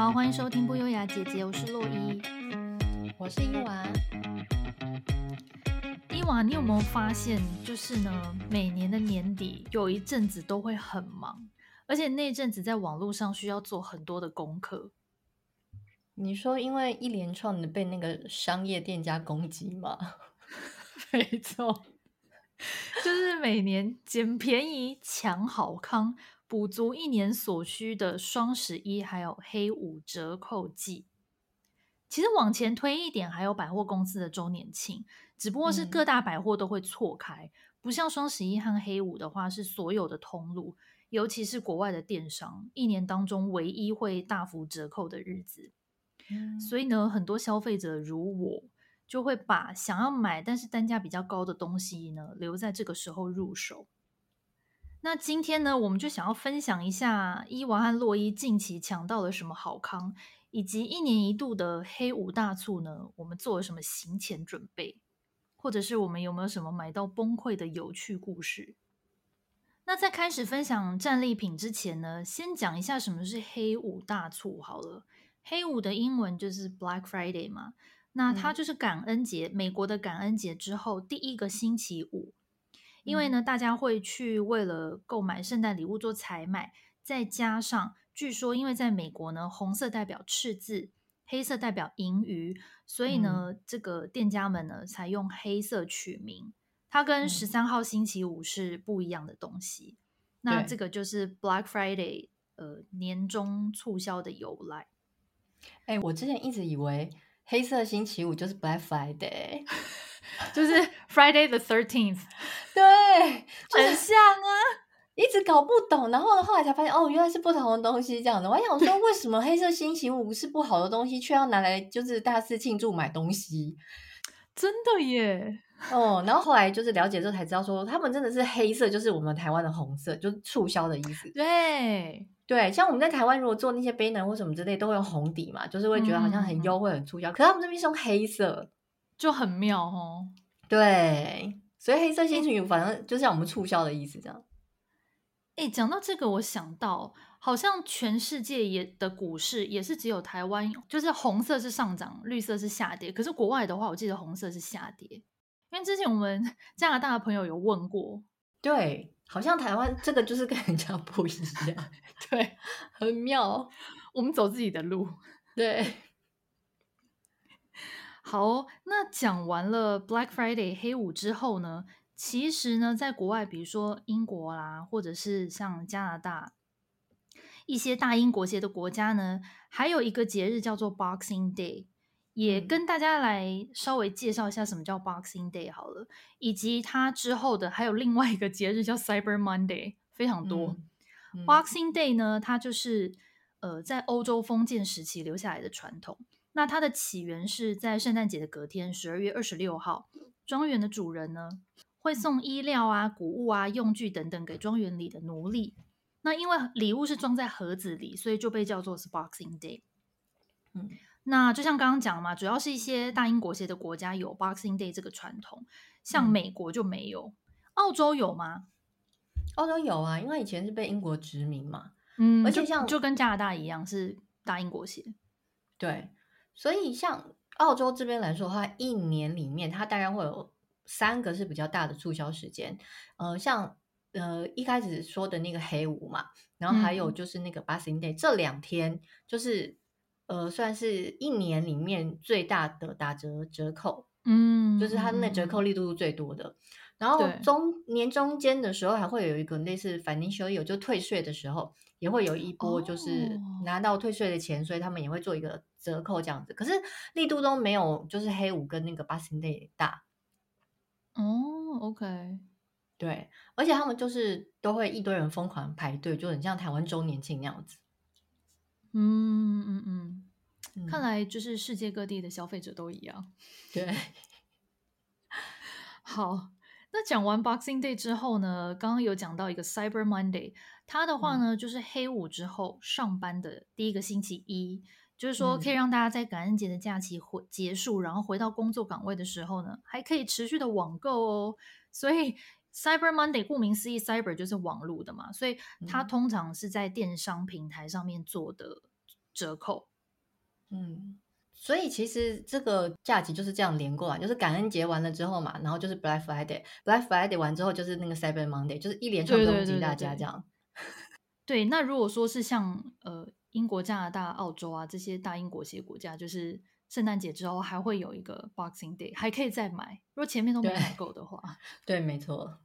好，欢迎收听不优雅姐姐，我是洛伊。 我是伊娃。 伊娃，你有没有发现，就是呢，每年的年底有一阵子都会很忙，而且那阵子在网络上需要做很多的功课。 你说因为一连串的被那个商业店家攻击吗？ 没错，就是每年捡便宜、抢好康，补足一年所需的双11还有黑五折扣季。其实往前推一点，还有百货公司的周年庆，只不过是各大百货都会错开，不像双11和黑五的话，是所有的通路，尤其是国外的电商，一年当中唯一会大幅折扣的日子。所以呢，很多消费者如我，就会把想要买但是单价比较高的东西呢，留在这个时候入手。那今天呢，我们就想要分享一下伊娃和洛伊近期抢到了什么好康，以及一年一度的黑五大促呢，我们做了什么行前准备，或者是我们有没有什么买到崩溃的有趣故事。那在开始分享战利品之前呢，先讲一下什么是黑五大促好了。黑五的英文就是 Black Friday 嘛，那它就是感恩节，美国的感恩节之后第一个星期五。因为呢，大家会去为了购买圣诞礼物做采买，再加上据说因为在美国呢，红色代表赤字，黑色代表盈余，所以呢，这个店家们呢才用黑色取名。它跟13号星期五是不一样的东西。那这个就是 Black Friday 年终促销的由来。 我之前一直以为黑色星期五就是 Black Friday， 就是 Friday the 13th， 对， 很像啊。 一直搞不懂，然后后来才发现哦，原来是不同的东西这样的。我还想说，为什么黑色星期五是不好的东西，却要拿来就是大肆庆祝买东西？ 真的耶。 然后后来就是了解之后才知道说，他们真的是黑色，就是我们台湾的红色，就是促销的意思。对，像我们在台湾如果做那些杯能或什么之类，都会用红底嘛，就是会觉得好像很优惠、很促销。可是他们这边是用黑色， 就很妙哦。 对，所以黑色星期五反正就像我们促销的意思这样。 讲到这个，我想到好像全世界的股市也是只有台湾，就是红色是上涨，绿色是下跌。可是国外的话，我记得红色是下跌。因为之前我们加拿大的朋友有问过， 对，好像台湾这个就是跟人家不一样， 对， 很妙。 我们走自己的路。 对， 好，那讲完了 Black Friday 黑五之后呢，其实呢，在国外，比如说英国啦，或者是像加拿大一些大英国协的国家呢，还有一个节日叫做 Boxing Day， 也跟大家来稍微介绍一下什么叫 Boxing Day 好了，以及它之后的还有另外一个节日叫 Cyber Monday， 非常多。Boxing Day 呢，它就是在欧洲封建时期留下来的传统。那它的起源是在圣诞节的隔天，12月26号，庄园的主人呢会送衣料啊、谷物啊、用具等等给庄园里的奴隶。那因为礼物是装在盒子里，所以就被叫做是 Boxing Day。那就像刚刚讲嘛，主要是一些大英国协的国家有 Boxing Day 这个传统，像美国就没有。澳洲有吗？ 澳洲有啊，因为以前是被英国殖民嘛， 而且像就跟加拿大一样是大英国协。 对，所以像澳洲这边来说的话，一年里面它大概会有3个是比较大的促销时间，像一开始说的那个黑五嘛，然后还有就是那个 Boxing Day，这2天就是算是一年里面最大的打折扣，就是它那折扣力度最多的。然后年中间的时候还会有一个类似 financial year， 就退税的时候也会有一波，就是拿到退税的钱，所以他们也会做一个折扣这样子。可是力度都没有就是黑五跟那个 Boxing Day 大。 OK。 对，而且他们就是都会一堆人疯狂排队，就很像台湾周年庆那样子。 看来就是世界各地的消费者都一样。 对。 好，那讲完 Boxing Day 之后呢，刚刚有讲到一个 Cyber Monday， 它的话呢，就是黑五之后上班的第一个星期一，就是说可以让大家在感恩节的假期结束，然后回到工作岗位的时候呢，还可以持续的网购哦。所以 Cyber Monday 顾名思义 Cyber 就是网络的嘛，所以它通常是在电商平台上面做的折扣。 嗯，所以其实这个假期就是这样连过来，就是感恩节完了之后嘛，然后就是 Black Friday，Black Friday 完之后就是那个 Cyber Monday，就是一连串对对攻击对对对大家这样。 对。那如果说是像英国、加拿大、澳洲啊这些大英国协国家，就是圣诞节之后还会有一个 Boxing Day，还可以再买，如果前面都对没买够的话。 对，没错。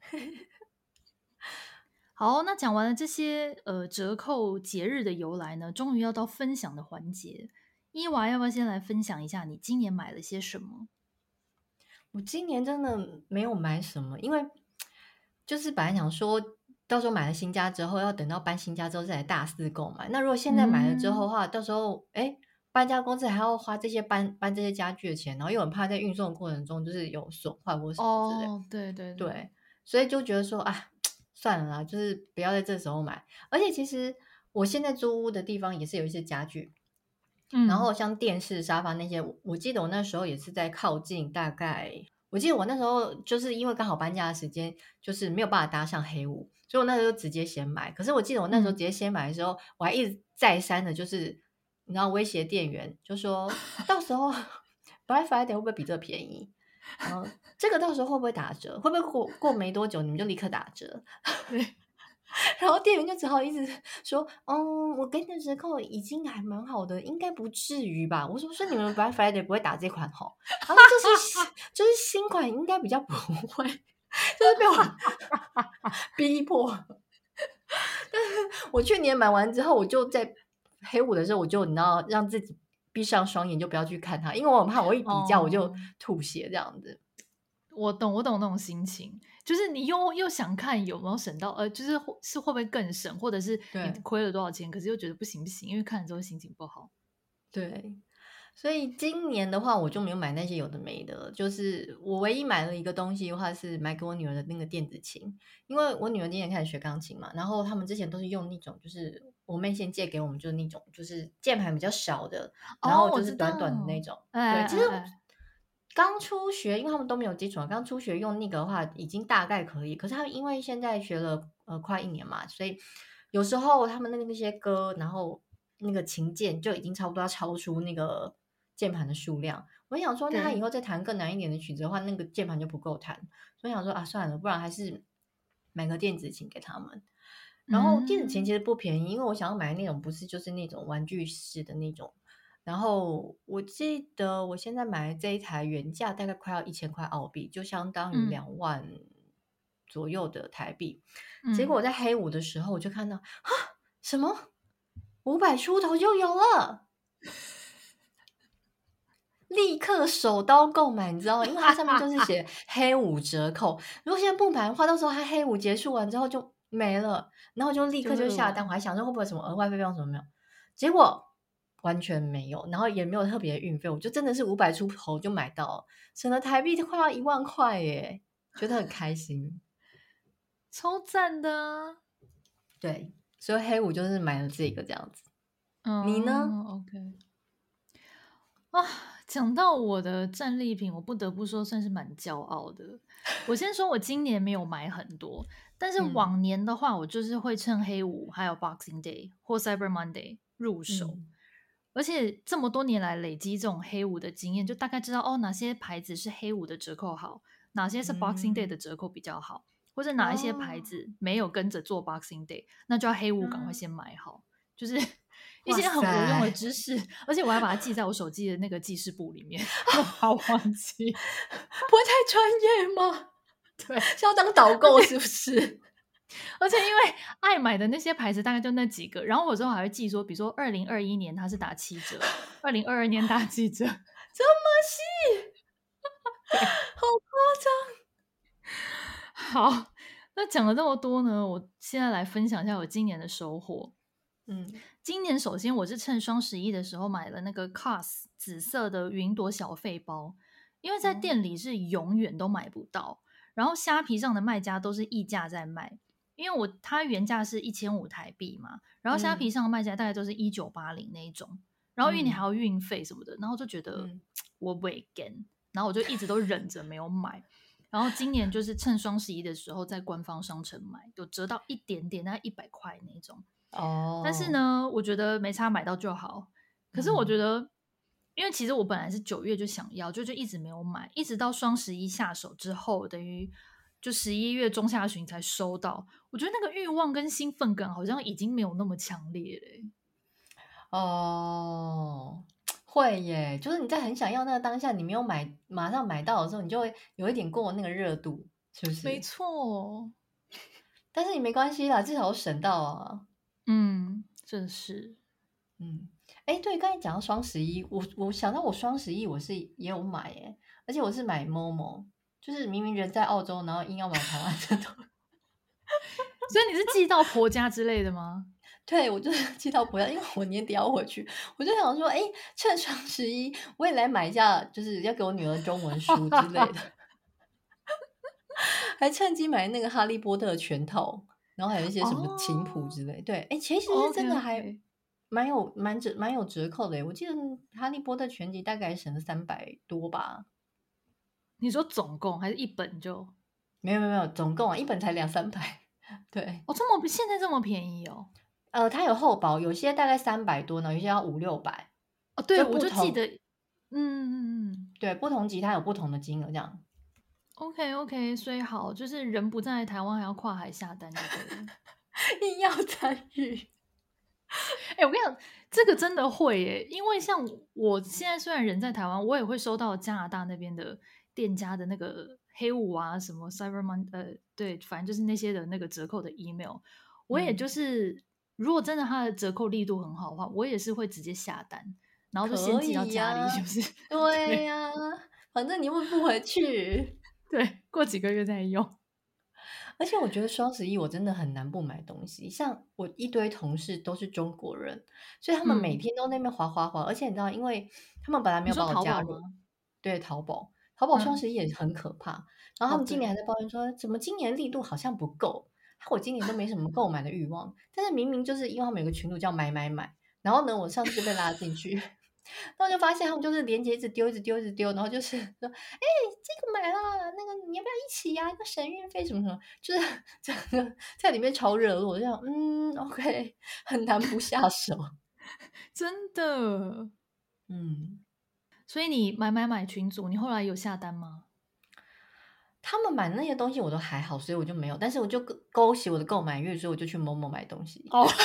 好，那讲完了这些折扣节日的由来呢，终于要到分享的环节。伊娃要不要先来分享一下你今年买了些什么？ 我今年真的没有买什么，因为就是本来想说，到时候买了新家之后，要等到搬新家之后再来大肆购买。那如果现在买了之后的嗯， 话，到时候搬家公司还要花这些搬这些家具的钱，然后又很怕在运送的过程中就是有损坏或什么之类。 哦，对对对， 对，所以就觉得说啊，算了啦，就是不要在这时候买。而且其实我现在租屋的地方也是有一些家具，然嗯后像电视、沙发那些，我记得我那时候也是在靠近大概，我记得我那时候就是因为刚好搬家的时间，就是没有办法搭上黑五，所以我那时候就直接先买。可是我记得我那时候直嗯， 接先买的时候，我还一直再三的，就是你知道威胁店员，就说到时候 Black Friday 会不会比这便宜？然后这个到时候会不会打折？会不会过没多久你们就立刻打折？ 对， 然后店员就只好一直说：我给你的折扣已经还蛮好的，应该不至于吧？”我说你们 Black Friday 不会打这款吼？”他说：就是新款，应该比较不会。”就是被我逼迫。但是我去年买完之后，我就在黑五的时候，我就你知道让自己闭上双眼，就不要去看它，因为我很怕我一比较我就哦， 吐血这样子。 我懂，我懂那种心情，就是你又想看有没有省到，就是会不会更省，或者是你对亏了多少钱，可是又觉得不行不行，因为看了之后心情不好。 对，所以今年的话，我就没有买那些有的没的了。就是我唯一买了一个东西的话，是买给我女儿的那个电子琴，因为我女儿今年开始学钢琴嘛，然后他们之前都是用那种，就是我妹先借给我们，就是那种就是键盘比较小的，然哦， 后我知道， 就是短短的那种。对， 哎哎其实哎， 刚初学，因为他们都没有基础嘛，刚初学用那个的话，已经大概可以。可是他们因为现在学了快一年嘛，所以有时候他们那些歌，然后那个琴键就已经差不多要超出那个键盘的数量。我想说，那他以对， 后再弹更难一点的曲子的话，那个键盘就不够弹。所以想说啊，算了，不然还是买个电子琴给他们。然后电子琴嗯其实不便宜，因为我想要买的那种不是就是那种玩具式的那种。然后我记得我现在买的这一台原价大概快要1000块澳币，就相当于嗯 2万左右的台币。结果嗯， 我在黑五的时候，我就看到啊，什么500出头就有了，立刻手刀购买，你知道吗？因为它上面就是写黑五折扣，如果现在不买的话，到时候它黑五结束完之后就没了，然后就立刻就就下单。 饿了。 我还想说会不会有什么额外费用什么没有，结果完全没有，然后也没有特别的运费，我就真的是500出头就买到了，省了台币快要1万块耶，觉得很开心。 超赞的啊！ 对，所以黑五就是买了这个这样子。你呢？ 嗯，OK。啊，讲到我的战利品，我不得不说算是蛮骄傲的。我先说，我今年没有买很多，但是嗯往年的话，我就是会趁黑五还有 Boxing Day 或 Cyber Monday 入手。 嗯而且这么多年来累积这种黑五的经验，就大概知道哦哪些牌子是黑五的折扣好，哪些是 Boxing Day 的嗯， 折扣比较好，或者哪一些牌哦， 子没有跟着做 Boxing Day，那就要黑五赶快嗯， 先买好。就是一哇些很无用的塞， 知识，而且我还把它记在我手机的那个记事簿里面，又怕忘记。 不会太专业吗？ 对， 是要当导购是不是？ 而且因为爱买的那些牌子大概就那几个，然后我之后还会记说，比如说2021年它是打7折，2022年打几折。 这么细， 对， 好夸张。 好，那讲了这么多呢，我现在来分享一下我今年的收获。 嗯今年首先我是趁双11的时候买了那个 COS 紫色的云朵小费包，因为在店哦， 里是永远都买不到，然后虾皮上的卖家都是溢价在卖，因为它原价是1500台币嘛，然后虾皮嗯上的卖家大概都是1980那一种，然后因为你还嗯要运费什么的，然后就觉得嗯， 我未跟，然后我就一直都忍着没有买。然后今年就是趁双11的时候在官方商城买，有折到一点点，大概100块那种。但是哦， 呢，我觉得没差，买到就好。可是我觉嗯得因为其实我本来是9月就想要，就一直没有买，一直到双11下手之后，等于就11月中下旬才收到。我觉得那个欲望跟兴奋感好像已经没有那么强烈了欸。 哦，会耶，就是你在很想要那个当下，你没有买，马上买到的时候，你就会有一点过那个热度，是不没是？ 错， 但是你没关系啦，至少有省到啊。 这是。 嗯，哎，对，刚才讲到双十一，我想到我双十一我是也有买耶，而且我是买 Momo，就是明明人在澳洲，然后硬要买台湾的东西。 所以你是寄到婆家之类的吗？ 对，我就是寄到不要，因为我年底要回去，我就想说，哎，趁双十一我也来买一下，就是要给我女儿中文书之类的，还趁机买那个哈利波特的全套，然后还有一些什么琴谱哦之类。对，哎，其实是 ，OK 真的还 OK。 蛮有折扣的耶，我记得哈利波特全集大概省了300多吧。 你说总共还是一本就？ 没有，总共啊，一本才200-300。对， 哦，现在这么便宜哦？ 它有厚薄，有些大概300多呢，有些要500-600， 哦，对， 就我就记得， 不同，对，不同集它有不同的金额这样。 OK OK，所以好，就是人不在台湾还要跨海下单就对了。 硬要参与。 哎、我跟你讲，这个真的会耶，因为像我现在虽然人在台湾，我也会收到加拿大那边的店家的那个黑五啊，什么 Cyber Monday，对，反正就是那些的那个折扣的 email，我也就嗯， 是如果真的它的折扣力度很好的话，我也是会直接下单，然后就先可寄到家里， 以呀， 就是对对呀，反正你又不回去。 对，过几个月再用。 而且我觉得双十一我真的很难不买东西，像我一堆同事都是中国人，所以他们每嗯， 天都在那边滑滑滑，而且你知道，因为他们本来没你说有把我加入， 淘宝吗？ 对，淘宝双嗯， 十一也很可怕，然后他哦， 们今年还对， 在抱怨说，怎么今年力度好像不够，我今年都没什么购买的欲望，但是明明就是因为他们有个群组叫买买买，然后呢，我上次就被拉进去，然后就发现他们就是链接一直丢，一直丢，一直丢，然后就是说，哎，这个买了，那个你要不要一起呀、要省运费什么什么，就是整个在里面超热络，这样，OK，很难不下手。 真的。 嗯， 所以你买群组，你后来有下单吗？ 他们买的那些东西我都还好，所以我就没有，但是我就勾起我的购买欲，所以我就去某某买东西。 哦，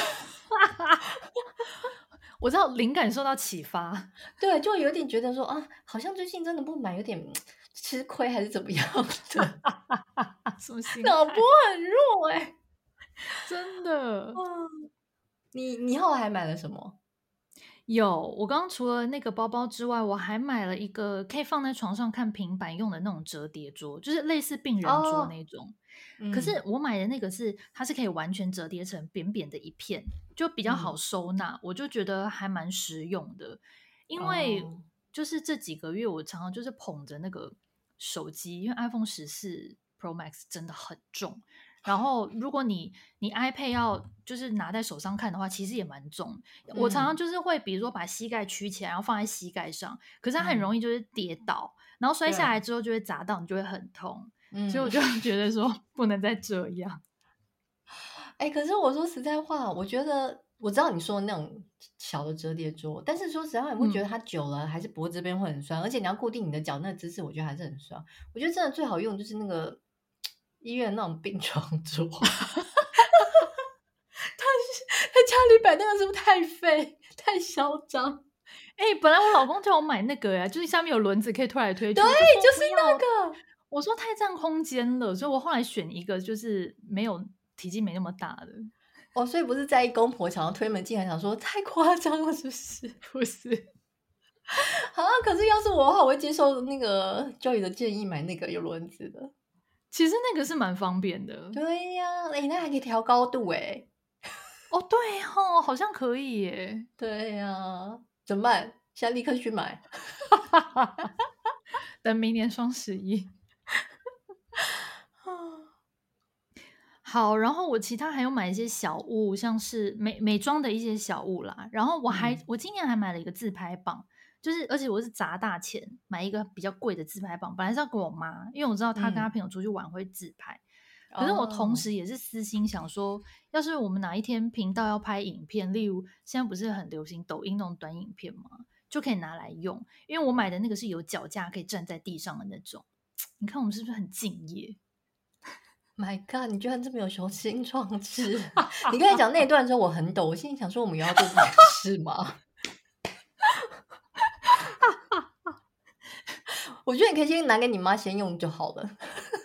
我知道灵感受到启发。 对，就有点觉得说啊，好像最近真的不买有点吃亏还是怎么样的， 什么心脑波态？ 很弱哎、 真的嗯，你后来还买了什么？ 有，我刚刚除了那个包包之外，我还买了一个可以放在床上看平板用的那种折叠桌，就是类似病人桌哦， 那种。可是嗯我买的那个是，它是可以完全折叠成扁扁的一片，就比较好嗯， 收纳，我就觉得还蛮实用的。因为哦， 就是这几个月，我常常就是捧着那个手机，因为 iPhone 14 Pro Max 真的很重。然后，如果你 iPad 要就是拿在手上看的话，其实也蛮重。我常常嗯就是会，比如说把膝盖曲起来，然后放在膝盖上，可是它很容嗯， 易就是跌倒，然后摔下来对， 之后就会砸到你，就会很痛。所以我嗯， 就觉得说不能再这样。 哎，可是我说实在话，我觉得我知道你说的那种小的折叠桌，但是说实在话，你不觉得嗯， 它久了还是脖子这边会很酸，而且你要固定你的脚那个姿势，我觉得还是很酸。我觉得真的最好用就是那个医院那种病床桌，在家里摆那个是不是太废、太嚣张？ 哎、本来我老公叫我买那个呀，就是下面有轮子可以推来推对， 去，我就说就是不要， 那个。 我说太占空间了，所以我后来选一个就是没有体积没那么大的。 哦，所以不是在意公婆想要推门进来，想说太夸张了，是不是？ 不是， 啊，可是要是我的话，我会接受那个 Joy 的建议，买那个有轮子的。 其实那个是蛮方便的。 对呀，哎，那还可以调高度哎。 哦，对哦，好像可以耶。 对呀，怎么办？现在立刻去买。 等明年双11。好，然后我其他还有买一些小物，像是美妆的一些小物啦。然后嗯我今年还买了一个自拍棒，就是而且我是砸大钱买一个比较贵的自拍棒，本来是要给我妈，因为我知道她跟她嗯， 朋友出去玩会自拍。可是我同哦， 时也是私心想说，要是我们哪一天频道要拍影片，例如现在不是很流行抖音那种短影片吗？ 就可以拿来用，因为我买的那个是有脚架可以站在地上的那种。你看我们是不是很敬业？ My God，你居然这么有雄心壮志！你刚才讲那一段的时候，我很抖，我心里想说，我们有要做这件事吗？我觉得你可以先拿给你妈先用就好了。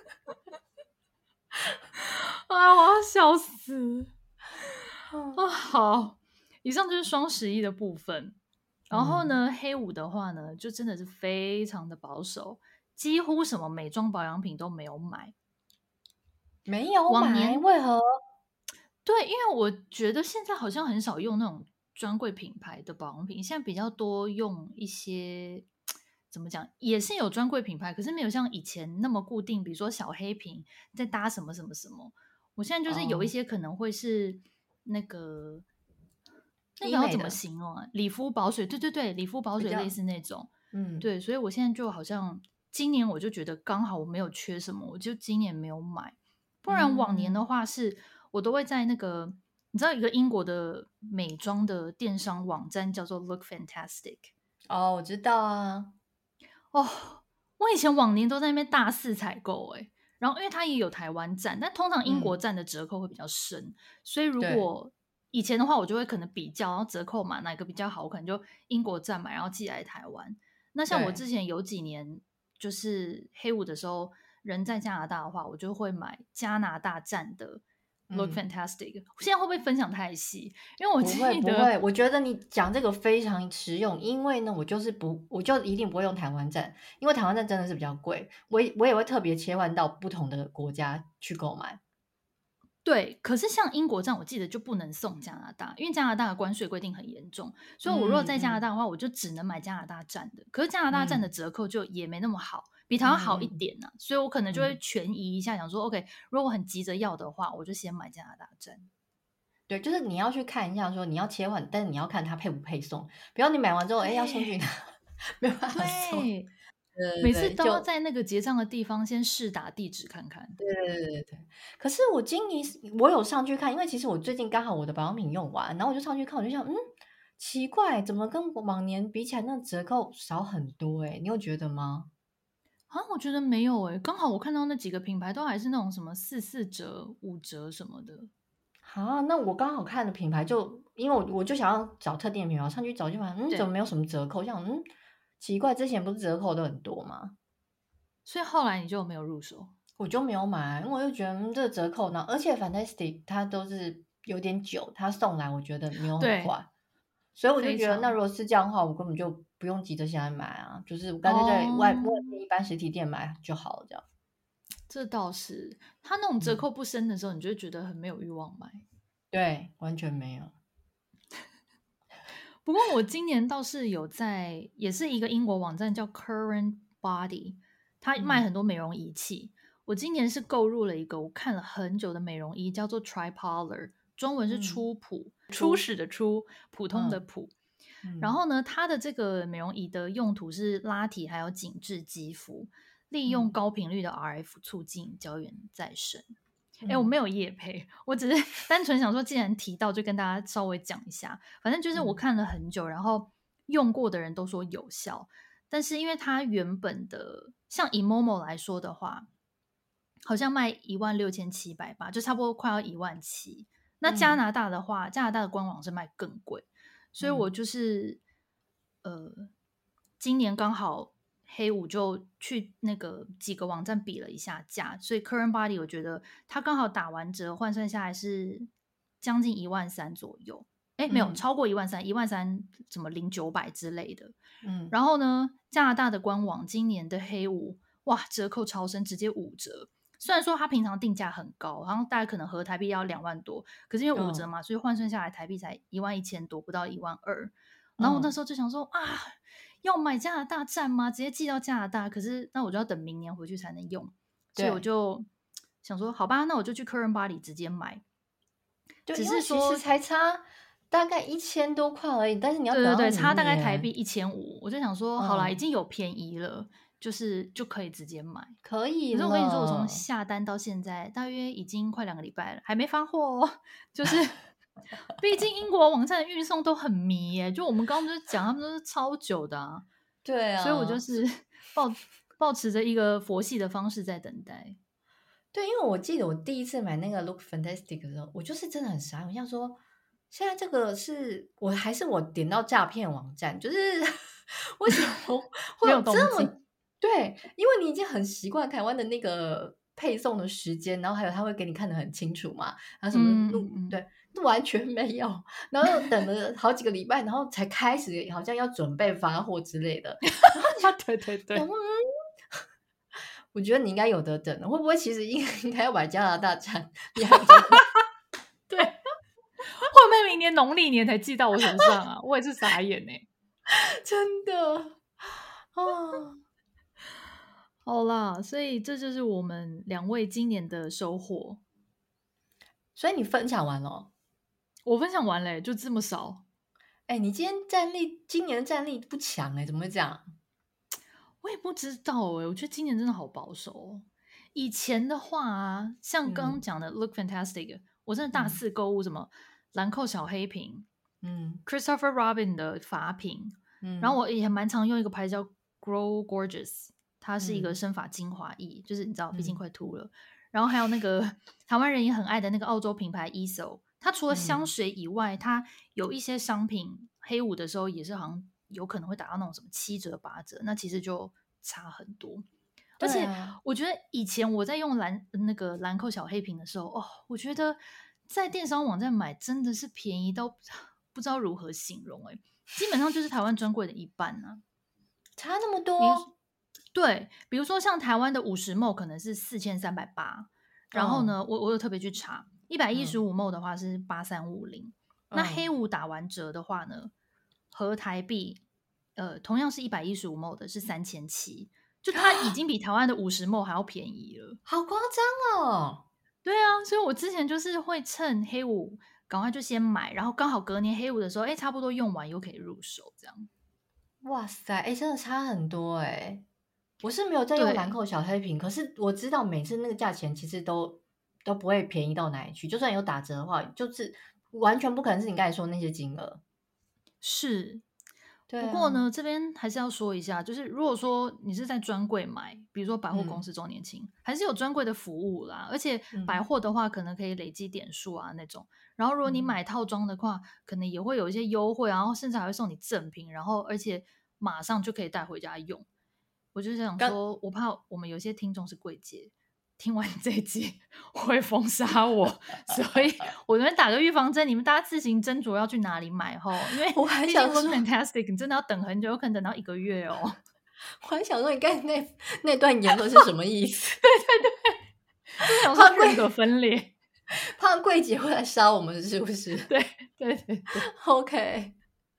啊，我要笑死！啊，好，以上就是双11的部分。然后呢，黑五的话呢，就真的是非常的保守，几乎什么美妆保养品都没有买。 没有买， 往年为何？ 对，因为我觉得现在好像很少用那种专柜品牌的保养品，现在比较多用一些怎么讲，也是有专柜品牌，可是没有像以前那么固定，比如说小黑瓶再搭什么什么什么。我现在就是有一些可能会是那个要怎么形容啊？理肤宝水，对对对，理肤宝水类似那种。对，所以我现在就好像今年我就觉得刚好我没有缺什么，我就今年没有买。不然往年的话是我都会在那个你知道一个英国的美妆的电商网站叫做 Look Fantastic。 哦，我知道啊。 哦，我以前往年都在那边大肆采购然后因为它也有台湾站，但通常英国站的折扣会比较深，所以如果以前的话，我就会可能比较，然后折扣嘛哪个比较好，我可能就英国站买，然后寄来台湾。那像我之前有几年就是黑五的时候，人在加拿大的话，我就会买加拿大站的 Look Fantastic。现在会不会分享太细？因为我记得不会，我觉得你讲这个非常实用，因为呢，我就一定不会用台湾站，因为台湾站真的是比较贵，我也会特别切换到不同的国家去购买。 对，可是像英国站，我记得就不能送加拿大，因为加拿大的关税规定很严重，所以我如果在加拿大的话，我就只能买加拿大站的。可是加拿大站的折扣就也没那么好，比台湾好一点啊，所以我可能就会权宜一下，想说 OK，如果我很急着要的话，我就先买加拿大站。 对，就是你要去看一下，说你要切换，但是你要看它配不配送，不要你买完之后，要送去哪，没有办法送。 每次都要在那个结账的地方先试打地址看看。 对。可是我今年我有上去看，因为其实我最近刚好我的保养品用完，然后我就上去看，我就想，奇怪，怎么跟往年比起来，那折扣少很多？你有觉得吗？ 啊，我觉得没有刚好我看到那几个品牌都还是那种什么4折、5折什么的。 那我刚好看的品牌因为我就想要找特定的品牌，我上去找就发现，怎么没有什么折扣？想，奇怪，之前不是折扣都很多吗？ 所以后来你就没有入手？ 我就没有买，因为我就觉得这个折扣呢，而且 Fantastic 它都是有点久，它送来我觉得没有很快，所以我就觉得那如果是这样的话，我根本就不用急着现在买啊，就是我干脆在外面一般实体店买就好了，这样。 这倒是，它那种折扣不深的时候，你就会觉得很没有欲望买。 对，完全没有。 不过我今年倒是有在，也是一个英国网站叫 Current Body， 它卖很多美容仪器。我今年是购入了一个我看了很久的美容仪，叫做 Tripolar， 中文是初普，初始的初，普通的普。然后呢，它的这个美容仪的用途是拉提还有紧致肌肤，利用高频率的 RF 促进胶原再生。我没有业配，我只是单纯想说，既然提到，就跟大家稍微讲一下。反正就是我看了很久，然后用过的人都说有效，但是因为它原本的，像以 Momo 来说的话，好像卖16700吧，就差不多快要17000。那加拿大的话，加拿大的官网是卖更贵，所以我就是今年刚好黑五就去那个几个网站比了一下价，所以 Current Body 我觉得它刚好打完折换算下来是将近13000左右，没有超过13000，13000怎么0900之类的。然后呢，加拿大的官网今年的黑五哇折扣超深，直接5折。虽然说它平常定价很高，然后大概可能合台币要2万多，可是因为5折嘛，所以换算下来台币才11000多，不到12000。然后我那时候就想说要买加拿大站吗？直接寄到加拿大，可是那我就要等明年回去才能用，所以我就想说好吧，那我就去 Current Body 直接买。 只是说其实才差大概1000多块而已，但是你要等到对，差大概台币1500，我就想说好啦，已经有便宜了，就可以直接买， 可以了。 可是我跟你说，我从下单到现在大约已经快2个礼拜了，还没发货就是毕竟英国网站的运送都很迷耶，就我们刚刚不是讲他们都是超久的啊， 对所以我就啊， 是抱持着一个佛系的方式在等待。 对，因为我记得我第一次买那个 Look Fantastic 的时候，我就是真的很傻，我想说，现在这个是我还是我点到诈骗网站，就是为什么会没有有这动静。 么对？因为你已经很习惯台湾的那个配送的时间，然后还有他会给你看得很清楚嘛，然后什么路，对，完全没有，然后又等了好几个礼拜，然后才开始好像要准备发货之类的， 对对对， 我觉得你应该有得等的，会不会其实应该要买加拿大站？你还比较对，会不会明年农历年才寄到我手上啊？我也是傻眼欸。 真的啊！ 好啦，所以这就是我们两位今年的收获。 所以你分享完了， 我分享完了，就这么少。 哎，你今年的战力不强哎，怎么会这样？ 我也不知道我觉得今年真的好保守哦。以前的话啊，像刚刚讲的 Look Fantastic，我真的大肆购物，什么兰蔻小黑瓶，Christopher Robin 的发瓶，然后我也蛮常用一个牌子叫 Grow Gorgeous，它是一个生发精华液，就是你知道，毕竟快秃了。然后还有那个台湾人也很爱的那个澳洲品牌 ESO，它除了香水以外，它有一些商品黑五的时候也是好像有可能会打到那种什么7折8折，那其实就差很多。而且我觉得以前我在用那个兰蔻小黑瓶的时候，我觉得在电商网站买真的是便宜到不知道如何形容基本上就是台湾专柜的一半啊， 差那么多。 对，比如说像台湾的50ml可能是4380，然后呢，我有特别去查，115ml的话是8350，那黑五打完折的话呢，合台币同样是115ml的是3700，就它已经比台湾的50ml还要便宜了， 好夸张哦！ 对啊，所以我之前就是会趁黑五赶快就先买，然后刚好隔年黑五的时候，差不多用完又可以入手，这样。 哇塞，真的差很多哎！我是没有在用兰蔻小黑瓶，可是我知道每次那个价钱其实都不会便宜到哪里去，就算有打折的话，就是完全不可能是你刚才说那些金额。 是， 对不过呢，这边还是要说一下，就是如果说你是在专柜买，比如说百货公司周年庆，还是有专柜的服务啦。而且百货的话，可能可以累积点数啊那种。然后如果你买套装的话，可能也会有一些优惠，然后甚至还会送你赠品，然后而且马上就可以带回家用。我就想说，我怕我们有些听众是柜姐，听完这一集会封杀我，所以我这边打个预防针，你们大家自行斟酌要去哪里买吼，因为我还想说 Fantastic， 你真的要等很久，有可能等到1个月哦。 我还想说，你刚才那段言论是什么意思？ 对对对，就是想说人格分裂， 怕柜姐会来杀我们，是不是？ 对对对对 ，OK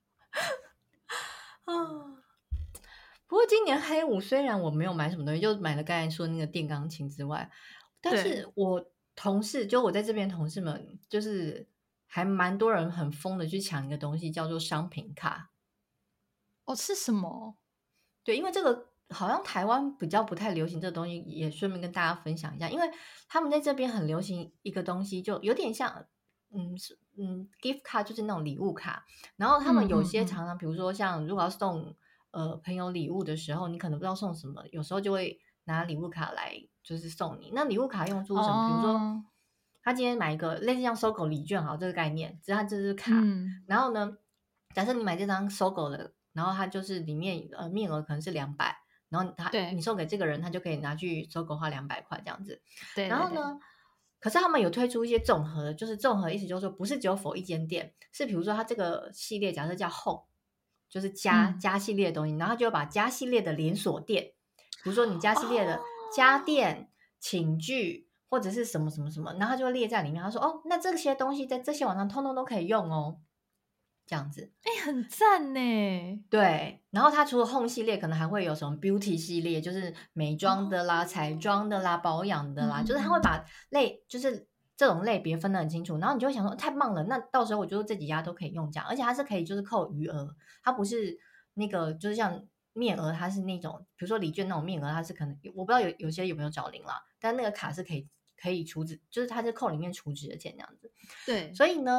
啊。不过今年黑五虽然我没有买什么东西，就买了刚才说那个电钢琴之外，但是我同事就我在这边同事们就是还蛮多人很疯的去抢一个东西叫做商品卡。 是什么？ 对，因为这个好像台湾比较不太流行这个东西，也顺便跟大家分享一下，因为他们在这边很流行一个东西，就有点像gift card，就是那种礼物卡，然后他们有些常常比如说像如果要送朋友礼物的时候，你可能不知道送什么，有时候就会拿礼物卡来就是送你。那礼物卡用处是什么？比如说他今天买一个类似像搜狗礼券，好这个概念，只是它这是卡，然后呢，假设你买这张搜狗的，然后它就是里面面额可能是200，然后你送给这个人，他就可以拿去搜狗花200块这样子。 对， 然后呢，可是他们有推出一些综合的，就是综合意思就是说不是只有否一间店，是比如说它这个系列假设叫 Home，就是家系列的东西，然后就把家系列的连锁店，比如说你家系列的家电、寝具或者是什么什么什么，然后他就会列在里面。他说那这些东西在这些网上通通都可以用哦，这样子。 很赞呢。 对，然后它除了 Home 系列，可能还会有什么 Beauty 系列，就是美妆的啦、彩妆的啦、保养的啦，就是他会把就是这种类别分得很清楚，然后你就会想说太棒了，那到时候我觉得这几家都可以用这样，而且它是可以就是扣余额，它不是那个就是像面额，它是那种比如说礼券那种面额，它是可能我不知道有些有没有找零啦，但那个卡是可以储值，就是它是扣里面储值的钱这样子。 对， 所以呢，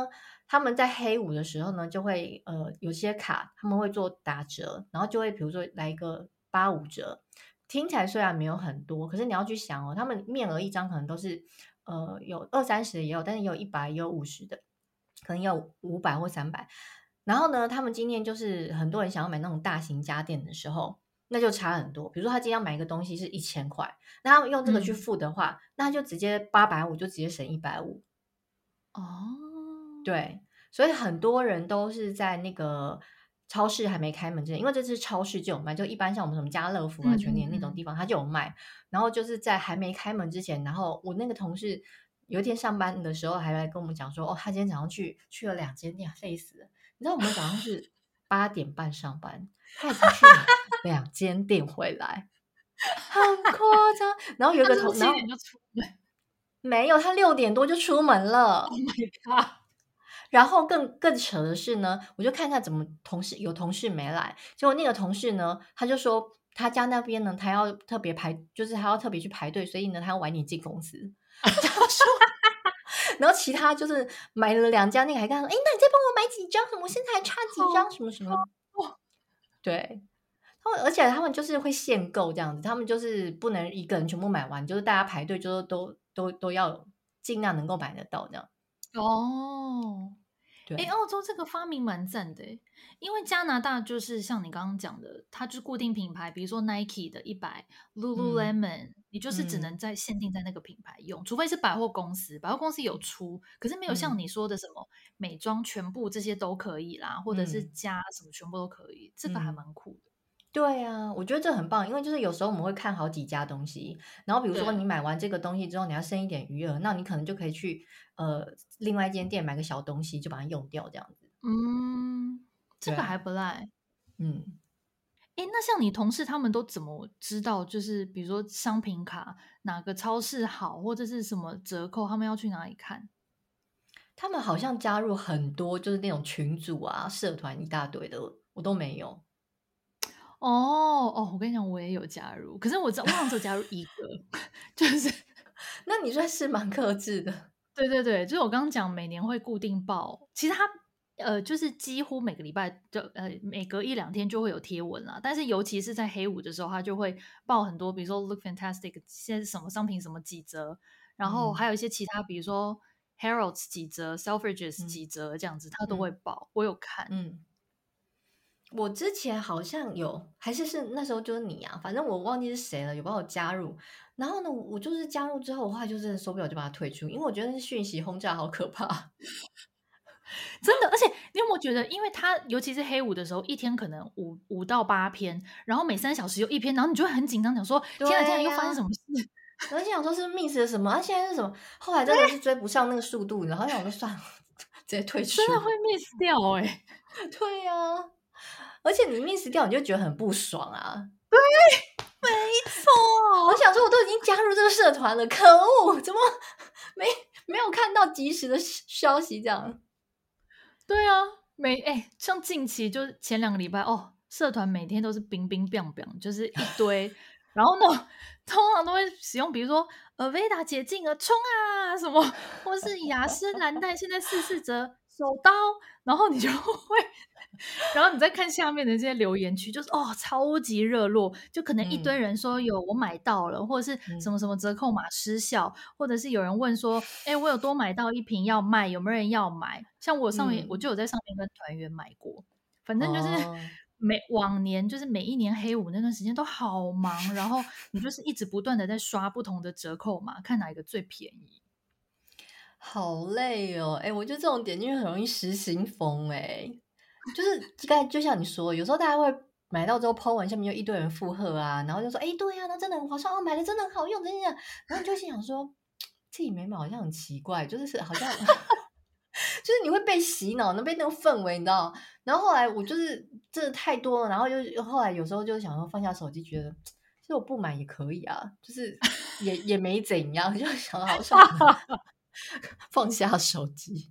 他们在黑五的时候呢，就会有些卡他们会做打折，然后就会比如说来一个85折，听起来虽然没有很多，可是你要去想哦，他们面额一张可能都是有20-30的也有，但是也有100也有50的，可能也有500或300。然后呢，他们今天就是很多人想要买那种大型家电的时候，那就差很多。比如说他今天要买一个东西是1000块，那他们用这个去付的话，那他就直接850就直接省150。 哦， 对，所以很多人都是在那个超市还没开门之前，因为这次超市就有卖，就一般像我们什么家乐福啊、全联那种地方，它就有卖。然后就是在还没开门之前，然后我那个同事有一天上班的时候还来跟我们讲说，哦，他今天早上去了2间店，累死了。你知道我们早上是8点半上班，他已经去了2间店回来，很夸张。然后有一他是不个然后是7点就出门没有，他6点多就出门了。 ？Oh my god！ 然后更扯的是呢，我就看看怎么有同事没来，结果那个同事呢，他就说他家那边呢，他要特别就是他要特别去排队，所以呢，他要晚点进公司。然后说，然后其他就是买了2家，那个还跟他说，哎，那你再帮我买几张？什么？我现在还差几张？什么什么？对，而且他们就是会限购这样子，他们就是不能一个人全部买完，就是大家排队，就是都要尽量能够买得到这样。 哦，哎， 对， 澳洲这个发明蛮赞的诶，因为加拿大就是像你刚刚讲的，它就是固定品牌，比如说 Nike 的嗯 100，Lululemon，你就是只能限定在那个品牌用，除非是百货公司，百货公司有出，可是没有像嗯你说的什么美妆全部这些都可以啦，或者是嗯家什么全部都可以，这个还嗯。 蛮酷的。 对啊，我觉得这很棒，因为就是有时候我们会看好几家东西，然后比如说对， 你买完这个东西之后，你要剩一点余额，那你可能就可以去另外一间店买个小东西，就把它用掉这样子。 嗯，这个还对啊， 不赖。 嗯， 诶，那像你同事他们都怎么知道？就是比如说商品卡哪个超市好，或者是什么折扣，他们要去哪里看？ 他们好像加入很多就是那种群组啊、社团一大堆的，我都没有。 哦哦，我跟你讲，我也有加入，可是我好像只有加入一个，就是那你算是蛮克制的。 对对对，就是我刚刚讲每年会固定报，其实它就是几乎每个礼拜就每隔1-2天就会有贴文啦，但是尤其是在黑五的时候，它就会报很多，比如说 Look Fantastic 现在什么商品什么几折，然后还嗯有一些其他，比如说 Harrods 几折，Selfridges 嗯几折这样子，它都会嗯报，我有看。 嗯。我之前好像有，还是那时候就是你啊，反正我忘记是谁了，有帮我加入。然后呢，我就是加入之后，我后来就真的受不了，就把它退出，因为我觉得是讯息轰炸好可怕。 真的，而且你有没有觉得，因为它尤其是黑五的时候，一天可能5到8篇，然后每3小时有一篇，然后你就会很紧张，讲说天啊天啊， 对又发生什呀、 么事？ 然后心想说是 miss 了什么，现在是什么？后来真的是追不上那个速度，然后想说算了，直接退出。 真的会 miss 掉哎、 对呀、而且你 miss 掉，你就觉得很不爽啊。 没错， 我想说，我都已经加入这个社团了，可恶，怎么没没有看到及时的消息？这样， 对啊，像近期就是前2个礼拜哦，社团每天都是冰冰冰冰，就是一堆，然后呢，通常都会使用，比如说Aveda 解禁了，冲啊什么，或是雅诗兰黛现在44折手刀，然后你就会，然后你再看下面的这些留言区，就是哦超级热络，就可能一堆嗯人说有我买到了，或者是什嗯么什么折扣码失效，或者是有人问说，哎，我有多买到1瓶要卖，有没有人要买？像我上面我嗯， 就有在上面跟团员买过，反正就是哦。 往年就是每一年黑五那段时间都好忙，然后你就是一直不断的在刷不同的折扣码，看哪一个最便宜。 好累哦，哎，我觉得这种点进去很容易失心疯，哎，就是刚才就像你说，有时候大家会买到之后 po 文下面就一堆人附和啊，然后就说，哎，对呀、那真的很划算哦，买了真的很好用，真的，然后你就心想说，自己没买好像很奇怪，就是好像就是你会被洗脑，被那种氛围，你知道？然后后来我就是真的太多了，然后后来有时候就想说放下手机，觉得其实我不买也可以啊，就是也没怎样，就想好算了，放下手机。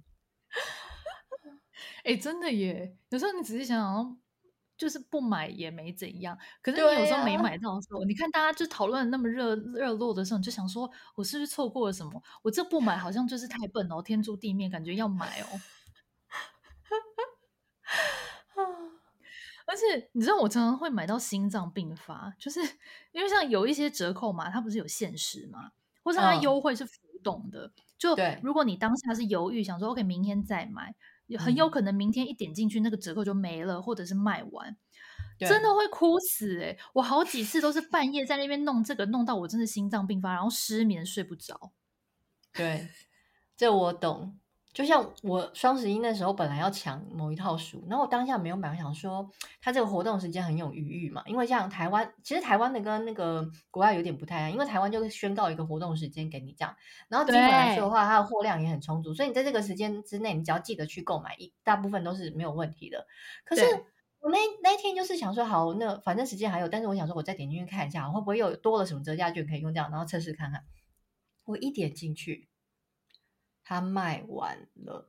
哎，真的耶！有时候你仔细想想，就是不买也没怎样。可是你有对呀、 时候没买到的时候，你看大家就讨论得那么热络的时候，你就想说，我是不是错过了什么？我这不买好像就是太笨哦，天诛地灭，感觉要买哦。 而且你知道，我常常会买到心脏病发，就是因为像有一些折扣嘛，它不是有限时嘛，或是它嗯， 优惠是浮动的。就对， 如果你当下是犹豫，想说 OK 明天再买，很有嗯， 可能明天一点进去，那个折扣就没了，或者是卖完，真对的会哭死我好几次都是半夜在那边弄这个，弄到我真的心脏病发，然后失眠睡不着。 对，这我懂。就像我双11那时候本来要抢某一套书，然后我当下没有买，我想说它这个活动时间很有余裕嘛，因为像台湾，其实台湾的跟那个国外有点不太一样，因为台湾就是宣告一个活动时间给你这样，然后基本来说的对， 话，它的货量也很充足，所以你在这个时间之内，你只要记得去购买，大部分都是没有问题的。可是对， 我那一天就是想说，好，那反正时间还有，但是我想说，我再点进去看一下，会不会又多了什么折价券可以用这样，然后测试看看。我一点进去，它卖完了。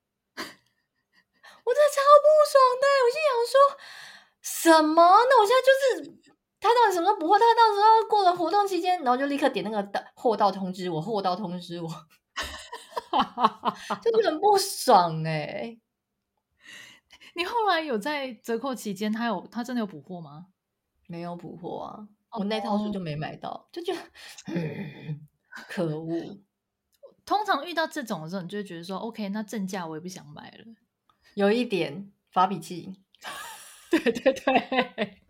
我真的超不爽的，我心想说什么？那我现在就是他到底什么时候补货？他到时候过了活动期间，然后就立刻点那个货到通知我，货到通知我，就是很不爽哎。 你后来有在折扣期间，他真的有补货吗？ 没有补货啊，我那套书哦， 就没买到，就觉得可恶， 通常遇到这种的时候，你就会觉得说，OK，那正价我也不想买了。 有一点发脾气， 对对对，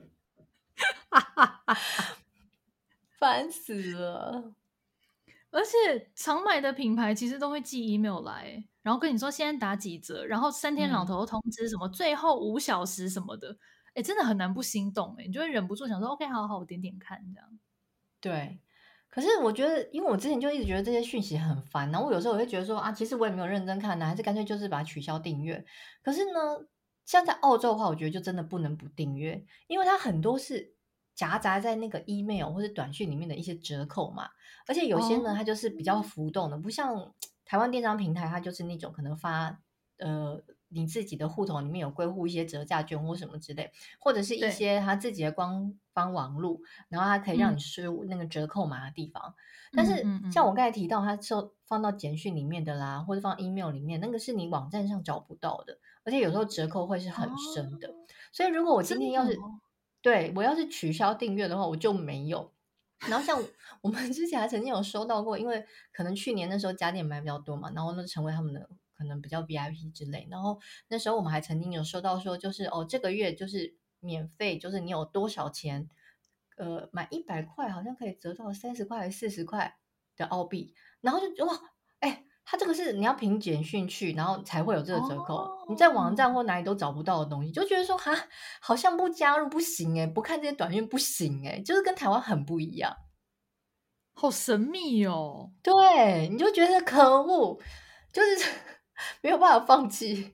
烦死了。 而且常买的品牌其实都会寄 email 来，然后跟你说现在打几折，然后3天两嗯， 头通知什么最后5小时什么的，真的很难不心动你就会忍不住想说，OK，好好，我点点看这样。 对。可是我觉得，因为我之前就一直觉得这些讯息很烦，然后我有时候我会觉得说啊，其实我也没有认真看呢，还是干脆就是把它取消订阅。可是呢，像在澳洲的话，我觉得就真的不能不订阅，因为它很多是夹杂在那个 email 或是短讯里面的一些折扣嘛，而且有些呢， 哦， 它就是比较浮动的，不像台湾电商平台，它就是那种可能发你自己的户头里面有归户一些折价券或什么之类，或者是一对， 些它自己的官方网路。然后它可以让嗯你输入那个折扣码的地方。但嗯是嗯嗯， 像我刚才提到，它放到简讯里面的啦，或者放 email 里面，那个是你网站上找不到的，而且有时候折扣会是很深的。 哦， 所以如果我真今天要是的哦， 对我要是取消订阅的话，我就没有。然后像我们之前还曾经有收到过，因为可能去年那时候家电买比较多嘛，然后那成为他们的可能比较 VIP 之类。然后那时候我们还曾经有收到说，就是哦这个月就是免费，就是你有多少钱，买100块好像可以折到30块还是40块的澳币，然后就哇，哎，它这个是你要凭简讯去，然后才会有这个折扣，你在网哦， 站或哪里都找不到的东西，就觉得说哈，好像不加入不行哎，不看这些短讯不行哎，就是跟台湾很不一样。 好神秘哦。 对，你就觉得可恶，就是没有办法放弃。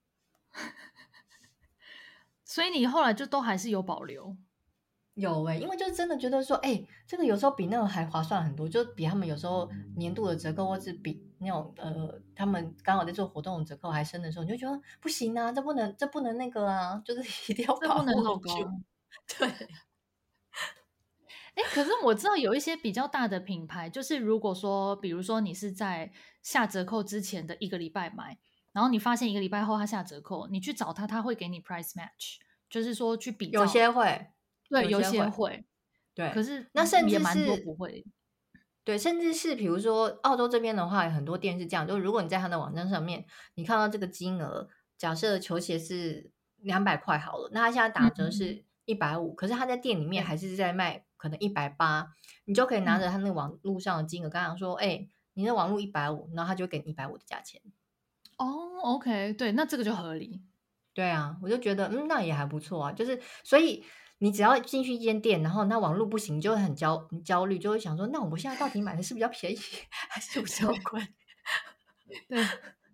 所以你后来就都还是有保留。 有欸，因为就真的觉得说，哎，这个有时候比那个还划算很多，就比他们有时候年度的折扣，或是比那种他们刚好在做活动的折扣还深的时候，你就觉得不行啊，这不能那个啊，就是一定要这不能把握住。 漏高。 对， 可是我知道有一些比较大的品牌，就是如果说，比如说你是在下折扣之前的1个礼拜买，然后你发现1个礼拜后它下折扣，你去找他，他会给你 price match，就是说去比有照。 些会， 对，有有些会， 些会，可对， 是那甚也蛮多至是不会。 对，甚至是比如说澳洲这边的话，很多店是这样，就是如果你在他的网站上面，你看到这个金额，假设球鞋是200块好了，那他现在打折嗯， 是150，可是他在店里面对， 还是在卖可能180，你就可以拿嗯， 着他那个网络上的金额，跟他说，哎，你的网络150，然后他就会给你150的价钱。 哦，OK，对，那这个就合理。 对啊，我就觉得，那也还不错啊。就是所以你只要进去一间店，然后那网络不行，就会很焦虑，就会想说，那我现在到底买的是比较便宜，还是比较贵？ 对，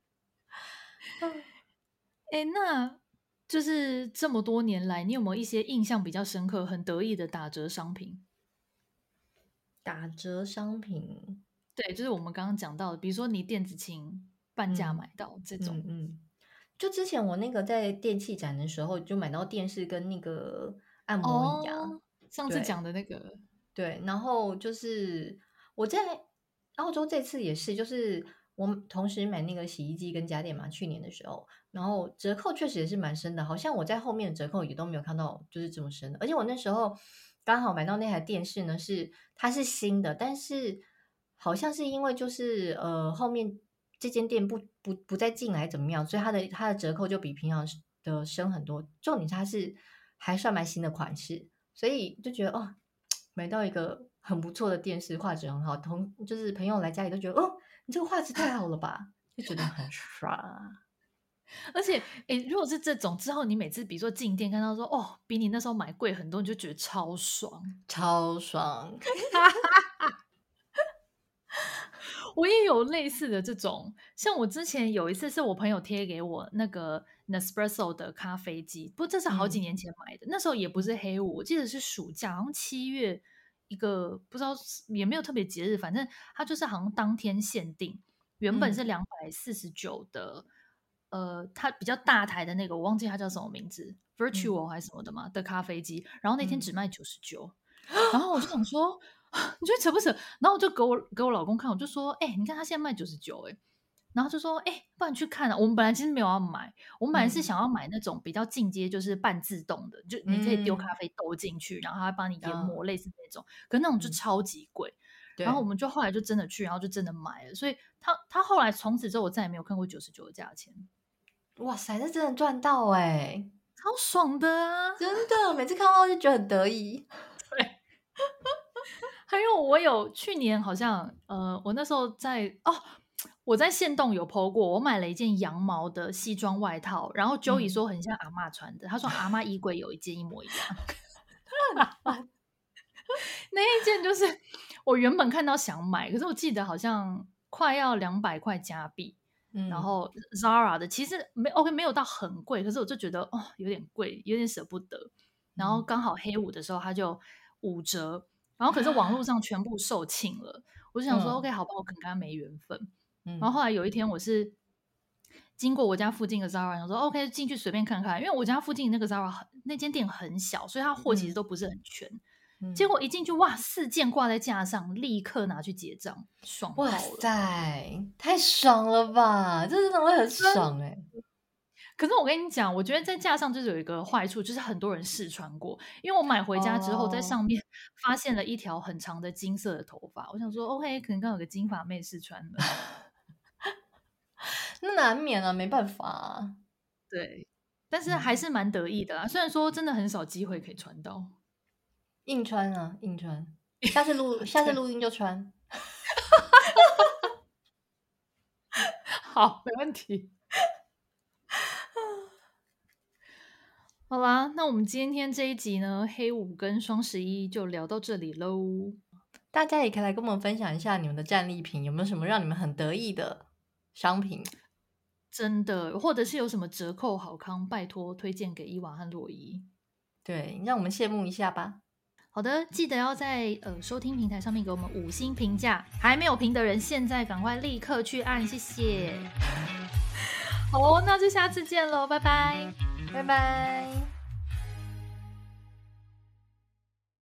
那就是这么多年来，你有没有一些印象比较深刻、很得意的打折商品？ 打折商品， 对，就是我们刚刚讲到的，比如说你电子琴半价嗯买到这种。 嗯嗯，就之前我那个在电器展的时候，就买到电视跟那个按摩椅啊， 哦，上次讲对的那个。 对，然后就是我在澳洲这次也是，就是我同时买那个洗衣机跟家电嘛，去年的时候，然后折扣确实也是蛮深的，好像我在后面的折扣也都没有看到就是这么深的。而且我那时候刚好买到那台电视呢，它是新的，但是好像是因为就是后面这间店不再进来怎么样，所以它的折扣就比平常的深很多。重点是它是还算蛮新的款式，所以就觉得哦，买到一个很不错的电视，画质很好，就是朋友来家里都觉得哦。你这个画质太好了吧，就觉得很爽。 而且，如果是这种之后，你每次比如说进店看到说哦，比你那时候买贵很多，你就觉得超爽， 超爽。 我也有类似的这种，像我之前有一次是我朋友贴给我那个 Nespresso 的咖啡机，不过这是好几年前买的，那时候也不是黑五，我记得是暑假，好像7月一个不知道也没有特别节日，反正它就是好像当天限定，原本是249的，它比较大台的那个，我忘记它叫什么名字，Virtual 还是什么的嘛的咖啡机，然后那天只卖99，然后我就想说。你觉得扯不扯？然后我就给我老公看，我就说，你看他现在卖99，然后就说，不然去看啊。我们本来其实没有要买，我们本来是想要买那种比较进阶，就是半自动的，就你可以丢咖啡豆进去，然后它会帮你研磨，类似那种。可是那种就超级贵。然后我们就后来就真的去，然后就真的买了。所以他后来从此之后，我再也没有看过99的价钱。 哇塞，这真的赚到哎， 超爽的啊！ 真的，每次看到就觉得很得意。 对。还有我有去年好像我那时候我在限动有 po 过，我买了一件羊毛的西装外套，然后 Joey 说很像阿嬷穿的，他说阿嬷衣柜有一件一模一样。那一件就是我原本看到想买，可是我记得好像快要200块加币，然后 Zara 的其实没有到很贵，可是我就觉得有点贵，有点舍不得。然后刚好黑五的时候它就5折。然后可是网络上全部售罄了，我就想说 OK 好吧，我可能跟他没缘分。然后后来有一天我是经过我家附近的 Zara， 想说 OK 进去随便看看，因为我家附近那个 Zara 那间店很小，所以它货其实都不是很全。结果一进去哇，4件挂在架上，立刻拿去结账，爽爆了！ 哇塞，太爽了吧，这真的会很爽可是我跟你讲，我觉得在架上就是有一个坏处，就是很多人试穿过。因为我买回家之后，在上面发现了一条很长的金色的头发，我想说 OK， 可能刚有个金发妹试穿的。 那难免啊，没办法啊。 对，但是还是蛮得意的啦。虽然说真的很少机会可以穿到， 硬穿啊，硬穿。下次录音就穿。 好，没问题。好啦，那我们今天这一集呢，黑五跟双11就聊到这里喽。 大家也可以来跟我们分享一下你们的战利品，有没有什么让你们很得意的商品？ 真的，或者是有什么折扣好康，拜托推荐给伊娃和洛伊。 对，让我们羡慕一下吧。 好的，记得要在收听平台上面给我们5星评价，还没有评的人现在赶快立刻去按，谢谢。好，那就下次见喽，拜拜， 拜拜。